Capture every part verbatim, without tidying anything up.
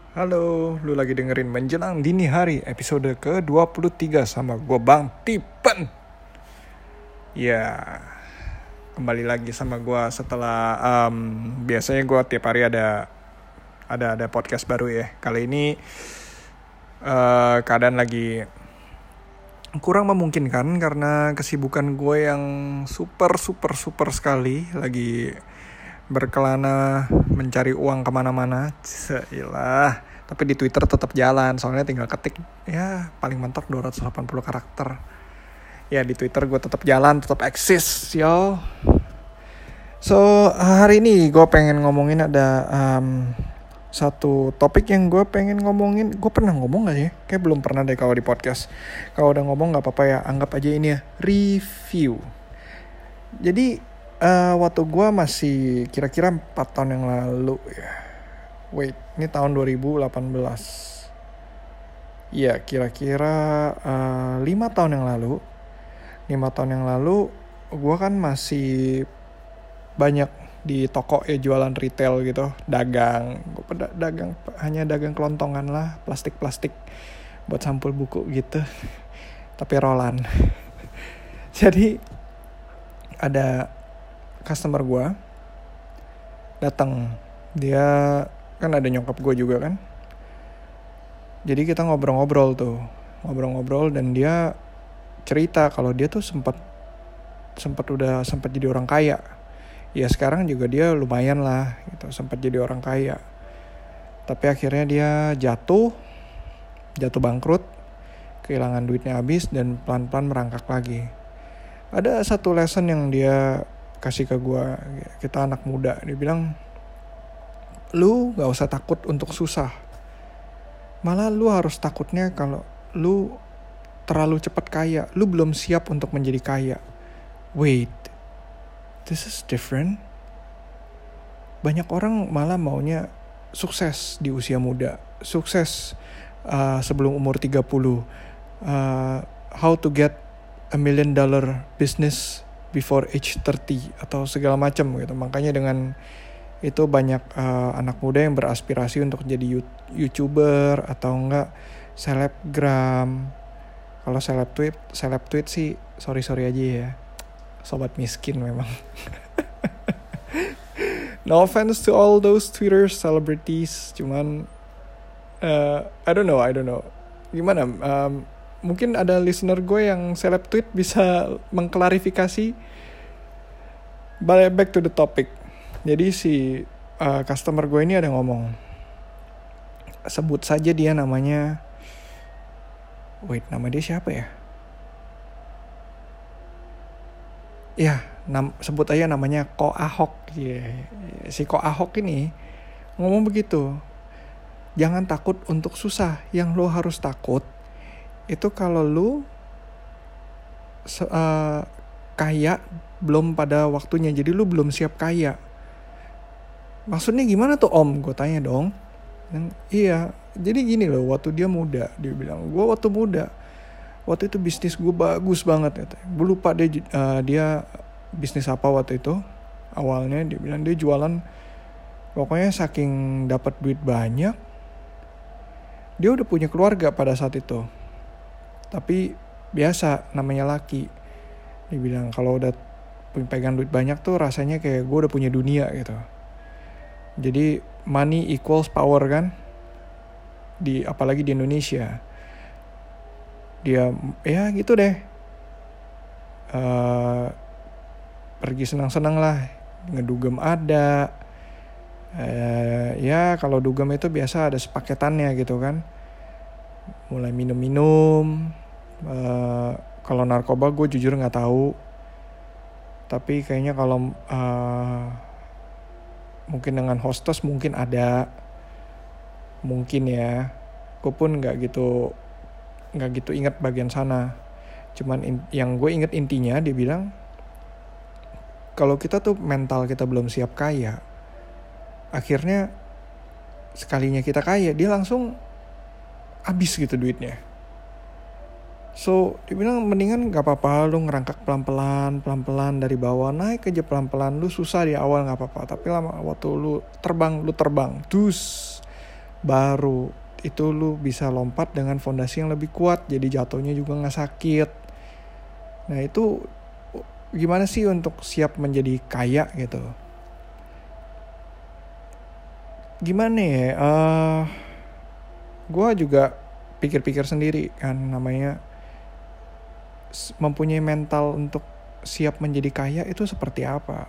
Halo, lu lagi dengerin Menjelang Dini Hari episode ke dua puluh tiga sama gue Bang Tipen. Ya, kembali lagi sama gue setelah um, biasanya gue tiap hari ada ada ada podcast baru ya. Kali ini uh, keadaan lagi kurang memungkinkan karena kesibukan gue yang super super super sekali, lagi berkelana mencari uang kemana-mana. Seilah. Tapi di Twitter tetap jalan, soalnya tinggal ketik ya paling mentok dua ratus delapan puluh karakter. Ya di Twitter gue tetap jalan, tetap eksis yo. So hari ini gue pengen ngomongin ada um, satu topik yang gue pengen ngomongin. Gue pernah ngomong gak ya? Kayak belum pernah deh kalau di podcast. Kalau udah ngomong gak apa-apa ya, anggap aja ini ya review. Jadi uh, waktu gue masih kira-kira empat tahun yang lalu ya. Wait, ini tahun dua ribu delapan belas. Ya, kira-kira uh, lima tahun yang lalu. lima tahun yang lalu gue kan masih banyak di toko ya, jualan retail gitu, dagang. Gue pada dagang hanya dagang kelontongan lah, plastik-plastik buat sampul buku gitu. Tapi rolan. Jadi ada customer gue datang, dia kan ada nyokap gue juga kan, jadi kita ngobrol-ngobrol tuh ngobrol-ngobrol dan dia cerita kalau dia tuh sempat sempat udah sempat jadi orang kaya ya, sekarang juga dia lumayan lah gitu, sempat jadi orang kaya tapi akhirnya dia jatuh jatuh bangkrut, kehilangan duitnya habis dan pelan-pelan merangkak lagi. Ada satu lesson yang dia kasih ke gue, kita anak muda, dia bilang, lu gak usah takut untuk susah. Malah lu harus takutnya kalau lu terlalu cepat kaya. Lu belum siap untuk menjadi kaya. Wait, this is different. Banyak orang malah maunya sukses di usia muda. Sukses uh, sebelum umur tiga puluh. Uh, how to get a million dollar business before age thirty. Atau segala macam gitu. Makanya dengan itu banyak uh, anak muda yang beraspirasi untuk jadi YouTuber atau enggak selebgram. Kalau seleb tweet, seleb tweet sih sorry-sorry aja ya. Sobat miskin memang. No offense to all those Twitter celebrities, cuman uh, I don't know, I don't know. Gimana? Um, mungkin ada listener gue yang seleb tweet bisa mengklarifikasi. But back to the topic. Jadi si uh, customer gue ini ada ngomong, sebut saja dia namanya, wait nama dia siapa ya? Ya, nam, sebut aja namanya Ko Ahok. Yeah. Si Ko Ahok ini ngomong begitu, jangan takut untuk susah. Yang lo harus takut itu kalau lo uh, kaya belum pada waktunya. Jadi lo belum siap kaya. Maksudnya gimana tuh om? Gue tanya dong. Dan, iya, jadi gini loh, waktu dia muda, dia bilang, gue waktu muda, waktu itu bisnis gue bagus banget. Gue lupa dia, uh, dia bisnis apa waktu itu. Awalnya dia bilang dia jualan, pokoknya saking dapat duit banyak, dia udah punya keluarga pada saat itu. Tapi biasa, namanya laki. Dia bilang kalau udah pegang duit banyak tuh rasanya kayak gue udah punya dunia gitu. Jadi money equals power kan, di apalagi di Indonesia. Dia ya gitu deh, uh, pergi senang-senang lah, ngedugem ada, uh, ya kalau dugem itu biasa ada sepaketannya gitu kan, mulai minum-minum. Uh, kalau narkoba gue jujur nggak tahu, tapi kayaknya kalau uh, mungkin dengan hostess mungkin ada, mungkin ya, gue pun nggak gitu nggak gitu ingat bagian sana. Cuman in, yang gue inget intinya dia bilang kalau kita tuh mental kita belum siap kaya, akhirnya sekalinya kita kaya dia langsung habis gitu duitnya. So dia bilang mendingan gak apa-apa lu ngerangkak pelan-pelan pelan-pelan dari bawah, naik aja pelan-pelan. Lu susah di awal gak apa-apa, tapi lama waktu lu terbang lu terbang dus baru itu lu bisa lompat dengan fondasi yang lebih kuat, jadi jatuhnya juga nggak sakit. Nah itu gimana sih untuk siap menjadi kaya gitu? Gimana ya? Uh, gue juga pikir-pikir sendiri kan, namanya mempunyai mental untuk siap menjadi kaya itu seperti apa.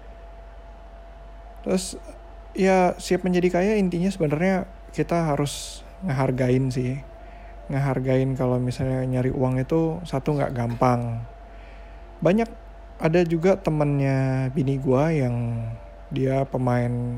Terus ya siap menjadi kaya intinya sebenarnya kita harus ngehargain sih. Ngehargain kalau misalnya nyari uang itu satu gak gampang. Banyak ada juga temennya bini gue yang dia pemain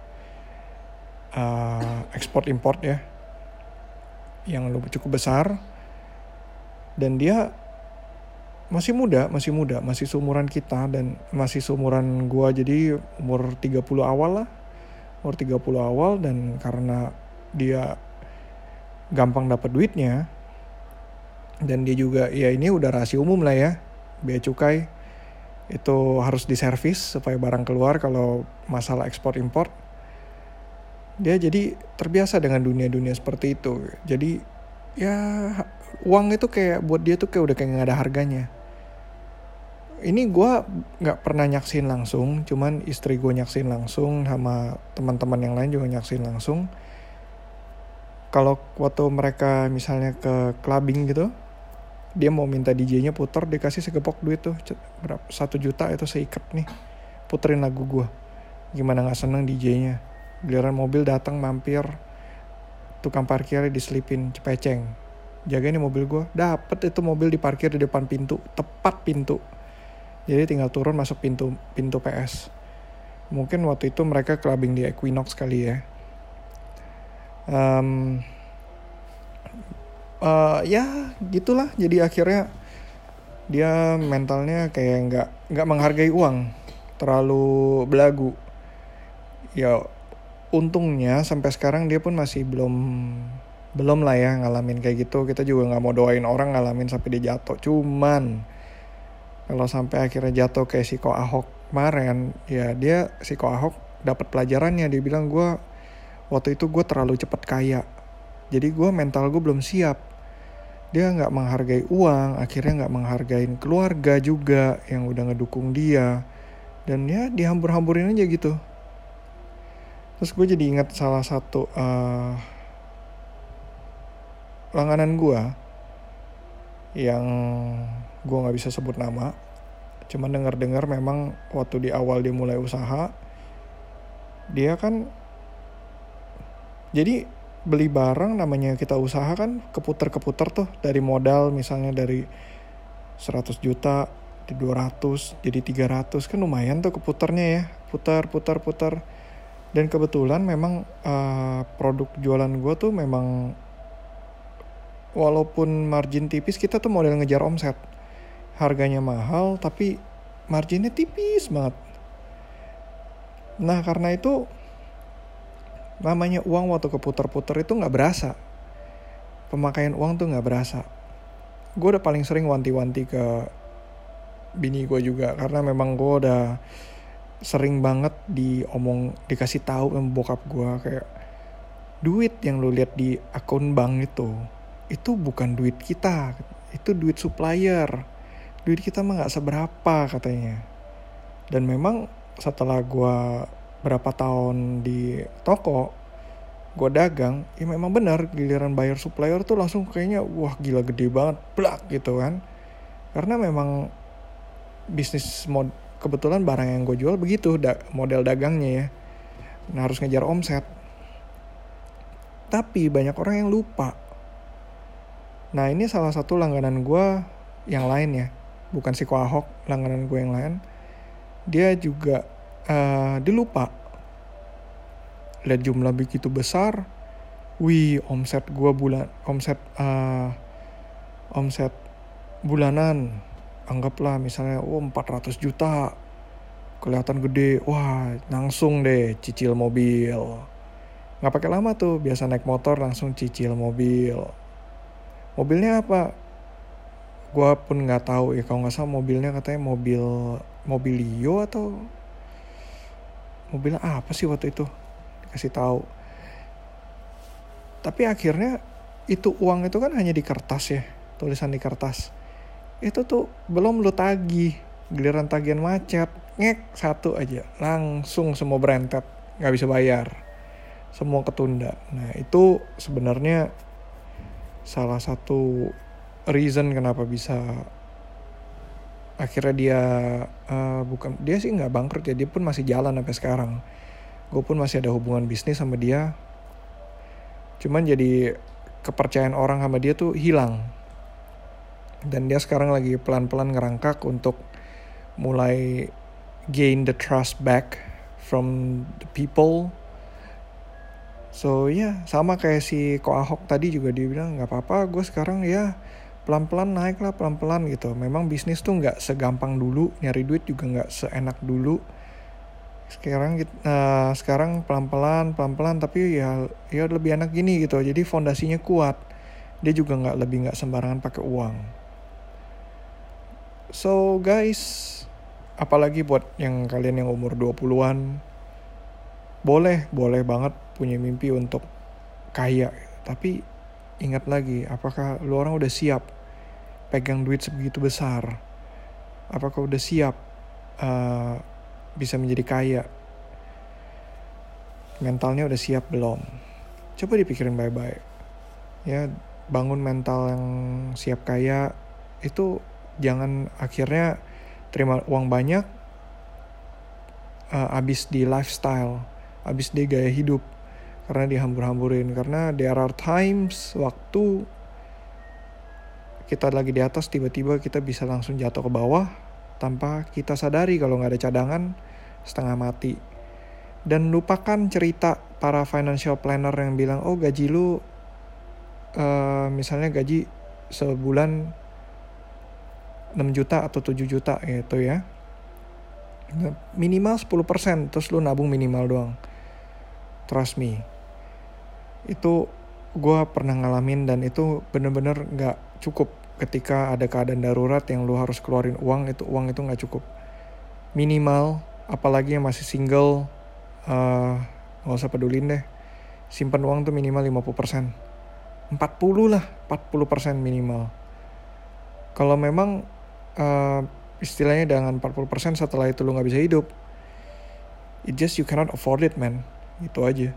uh, ekspor import ya, yang cukup besar. Dan dia masih muda, masih muda, masih seumuran kita dan masih seumuran gue, jadi umur tiga puluh awal lah. Umur tiga puluh awal, dan karena dia gampang dapat duitnya dan dia juga ya ini udah rahasia umum lah ya, bea cukai itu harus diservis supaya barang keluar kalau masalah ekspor impor. Dia jadi terbiasa dengan dunia-dunia seperti itu. Jadi ya uang itu kayak buat dia tuh kayak udah kayak gak ada harganya. Ini gue gak pernah nyaksin langsung, cuman istri gue nyaksin langsung, sama teman-teman yang lain juga nyaksin langsung. Kalau waktu mereka misalnya ke clubbing gitu, dia mau minta D J-nya puter, dikasih segepok duit tuh, berapa, satu juta itu seikat nih, puterin lagu gue. Gimana gak seneng D J-nya. Giliran mobil datang mampir, tukang parkirnya diselipin cepeceng, jagain nih mobil gue, dapet itu mobil diparkir di depan pintu, tepat pintu. Jadi tinggal turun masuk pintu pintu P S. Mungkin waktu itu mereka clubbing di Equinox kali ya. Um, uh, ya gitulah. Jadi akhirnya dia mentalnya kayak nggak nggak menghargai uang, terlalu belagu. Ya untungnya sampai sekarang dia pun masih belum belum lah ya ngalamin kayak gitu. Kita juga nggak mau doain orang ngalamin sampai dia jatuh. Cuman kalau sampai akhirnya jatuh kayak si Ko Ahok kemarin, ya dia si Ko Ahok dapat pelajarannya. Dia bilang, gue waktu itu gue terlalu cepat kaya, jadi gue mental gue belum siap. Dia nggak menghargai uang, akhirnya nggak menghargai keluarga juga yang udah ngedukung dia, dan ya dihambur-hamburin aja gitu. Terus gue jadi ingat salah satu uh, langganan gue yang gue nggak bisa sebut nama, cuman dengar-dengar memang waktu di awal dia mulai usaha, dia kan jadi beli barang, namanya kita usaha kan keputer-keputer tuh, dari modal misalnya dari seratus juta di dua ratus jadi tiga ratus, kan lumayan tuh keputernya ya, putar-putar-putar. Dan kebetulan memang uh, produk jualan gue tuh memang walaupun margin tipis, kita tuh model ngejar omset. Harganya mahal tapi marginnya tipis banget. Nah karena itu namanya uang waktu keputar-putar itu gak berasa. Pemakaian uang tuh gak berasa. Gue udah paling sering wanti-wanti ke bini gue juga, karena memang gue udah sering banget diomong, dikasih tahu sama bokap gue kayak, duit yang lu lihat di akun bank itu itu bukan duit kita, itu duit supplier. Duit kita mah gak seberapa katanya. Dan memang setelah gue berapa tahun di toko, gue dagang, ya memang benar giliran bayar supplier tuh langsung kayaknya wah gila gede banget, blak gitu kan. Karena memang bisnis mod, kebetulan barang yang gue jual begitu da- model dagangnya ya. Nah harus ngejar omset. Tapi banyak orang yang lupa. Nah ini salah satu langganan gue yang lain ya, bukan si Ko Ahok, langganan gue yang lain. Dia juga uh, dilupa. Lihat jumlah begitu besar, wih omset gue bulan, omset uh, omset bulanan, anggaplah misalnya oh empat ratus juta, kelihatan gede, wah langsung deh cicil mobil. Nggak pakai lama tuh, biasa naik motor langsung cicil mobil. Mobilnya apa? Gua pun nggak tahu ya, kalau nggak salah mobilnya katanya mobil Mobilio atau mobilnya apa sih waktu itu, dikasih tahu. Tapi akhirnya itu uang itu kan hanya di kertas ya, tulisan di kertas. Itu tuh belum lu tagih, giliran tagihan macet, ngek satu aja, langsung semua berentet, nggak bisa bayar, semua ketunda. Nah itu sebenarnya salah satu reason kenapa bisa akhirnya dia uh, bukan dia sih nggak bangkrut ya, dia pun masih jalan sampai sekarang. Gue pun masih ada hubungan bisnis sama dia. Cuman jadi kepercayaan orang sama dia tuh hilang. Dan dia sekarang lagi pelan-pelan ngerangkak untuk mulai gain the trust back from the people. So ya yeah, sama kayak si Ko Ahok tadi juga dia bilang gak apa-apa, gue sekarang ya pelan-pelan naik lah, pelan-pelan gitu. Memang bisnis tuh gak segampang dulu, nyari duit juga gak seenak dulu. Sekarang uh, sekarang pelan-pelan pelan-pelan tapi ya ya lebih enak gini gitu. Jadi fondasinya kuat. Dia juga nggak lebih nggak sembarangan pakai uang. So guys, apalagi buat yang kalian yang umur dua puluhan, boleh boleh banget punya mimpi untuk kaya. Tapi ingat lagi, apakah lu orang udah siap pegang duit sebegitu besar? Apakah udah siap uh, bisa menjadi kaya? Mentalnya udah siap belum? Coba dipikirin baik-baik. Ya, bangun mental yang siap kaya. Itu jangan akhirnya terima uang banyak, uh, abis di lifestyle, abis di gaya hidup, karena dihambur-hamburin. Karena there are times waktu kita lagi di atas, tiba-tiba kita bisa langsung jatuh ke bawah tanpa kita sadari kalau nggak ada cadangan, setengah mati. Dan lupakan cerita para financial planner yang bilang, oh gaji lu uh, misalnya gaji sebulan enam juta atau tujuh juta gitu ya, minimal sepuluh persen, terus lu nabung minimal doang. Trust me, itu gue pernah ngalamin dan itu bener-bener gak cukup. Ketika ada keadaan darurat yang lu harus keluarin uang, itu uang itu gak cukup. Minimal, apalagi yang masih single, uh, gak usah pedulin deh. Simpan uang tuh minimal lima puluh persen. empat puluh lah, empat puluh persen minimal. Kalau memang uh, istilahnya dengan empat puluh persen setelah itu lu gak bisa hidup, it just you cannot afford it man. Itu aja.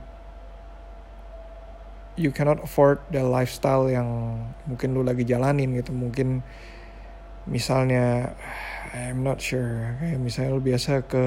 You cannot afford the lifestyle yang mungkin lu lagi jalanin gitu. Mungkin misalnya I'm not sure, kayak misalnya lu biasa ke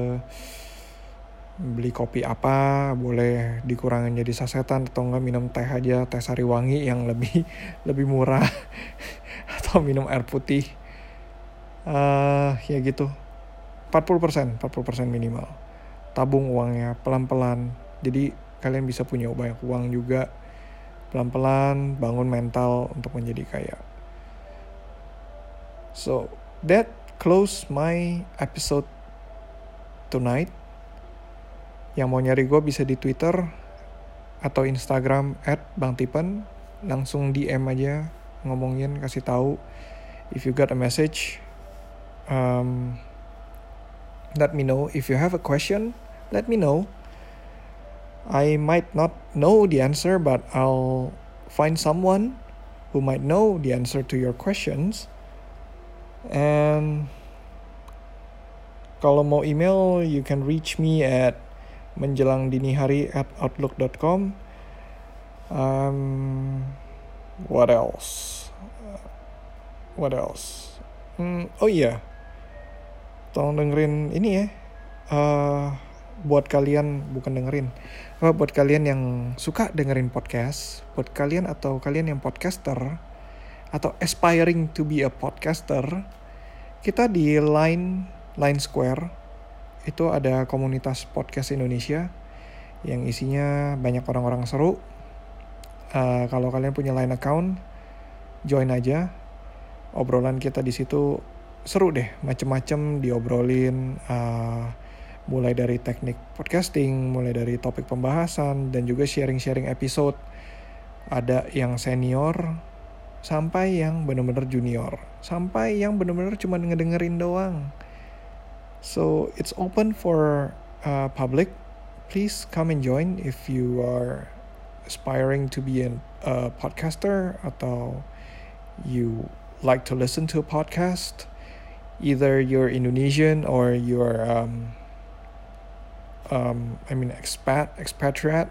beli kopi apa, boleh dikurangin jadi sasetan, atau enggak minum teh aja, teh Sariwangi yang lebih lebih murah atau minum air putih. Uh, ya gitu. empat puluh persen, empat puluh persen minimal. Tabung uangnya pelan-pelan. Jadi kalian bisa punya banyak uang juga. Pelan-pelan bangun mental untuk menjadi kaya. So, that close my episode tonight. Yang mau nyari gue bisa di Twitter atau Instagram at bang tipen. Langsung D M aja, ngomongin, kasih tahu. If you got a message, um, let me know. If you have a question, let me know. I might not know the answer, but I'll find someone who might know the answer to your questions. And kalau mau email, you can reach me at menjelangdinihari at outlook dot com. Um, what else? What else? Hmm, oh iya, tolong dengerin ini ya. Uh, buat kalian, bukan dengerin, oh, buat kalian yang suka dengerin podcast, buat kalian atau kalian yang podcaster atau aspiring to be a podcaster, kita di Line Line Square itu ada komunitas podcast Indonesia yang isinya banyak orang-orang seru. Uh, kalau kalian punya Line account, join aja. Obrolan kita di situ seru deh, macem-macem diobrolin. Uh, mulai dari teknik podcasting, mulai dari topik pembahasan, dan juga sharing-sharing episode. Ada yang senior, sampai yang benar-benar junior, sampai yang benar-benar cuma ngedengerin doang. So, it's open for uh, public. Please come and join if you are aspiring to be an, a podcaster atau you like to listen to a podcast, either you're Indonesian or you're um, um, I mean expat expatriate,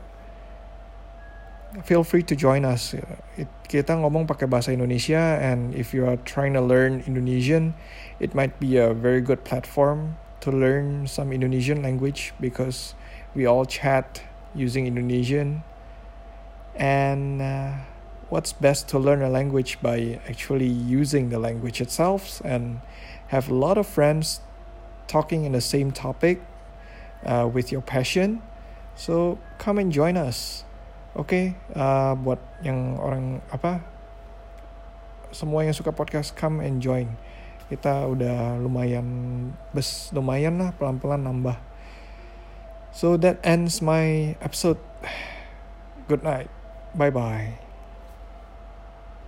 feel free to join us. It, kita ngomong pakai bahasa Indonesia, and if you are trying to learn Indonesian, it might be a very good platform to learn some Indonesian language, because we all chat using Indonesian. And uh, what's best to learn a language by actually using the language itself and have a lot of friends talking in the same topic uh, with your passion. So come and join us. Oke, okay, uh, buat yang orang apa, semua yang suka podcast, come and join. Kita udah lumayan, bes lumayan lah, pelan-pelan nambah. So that ends my episode. Good night. Bye bye.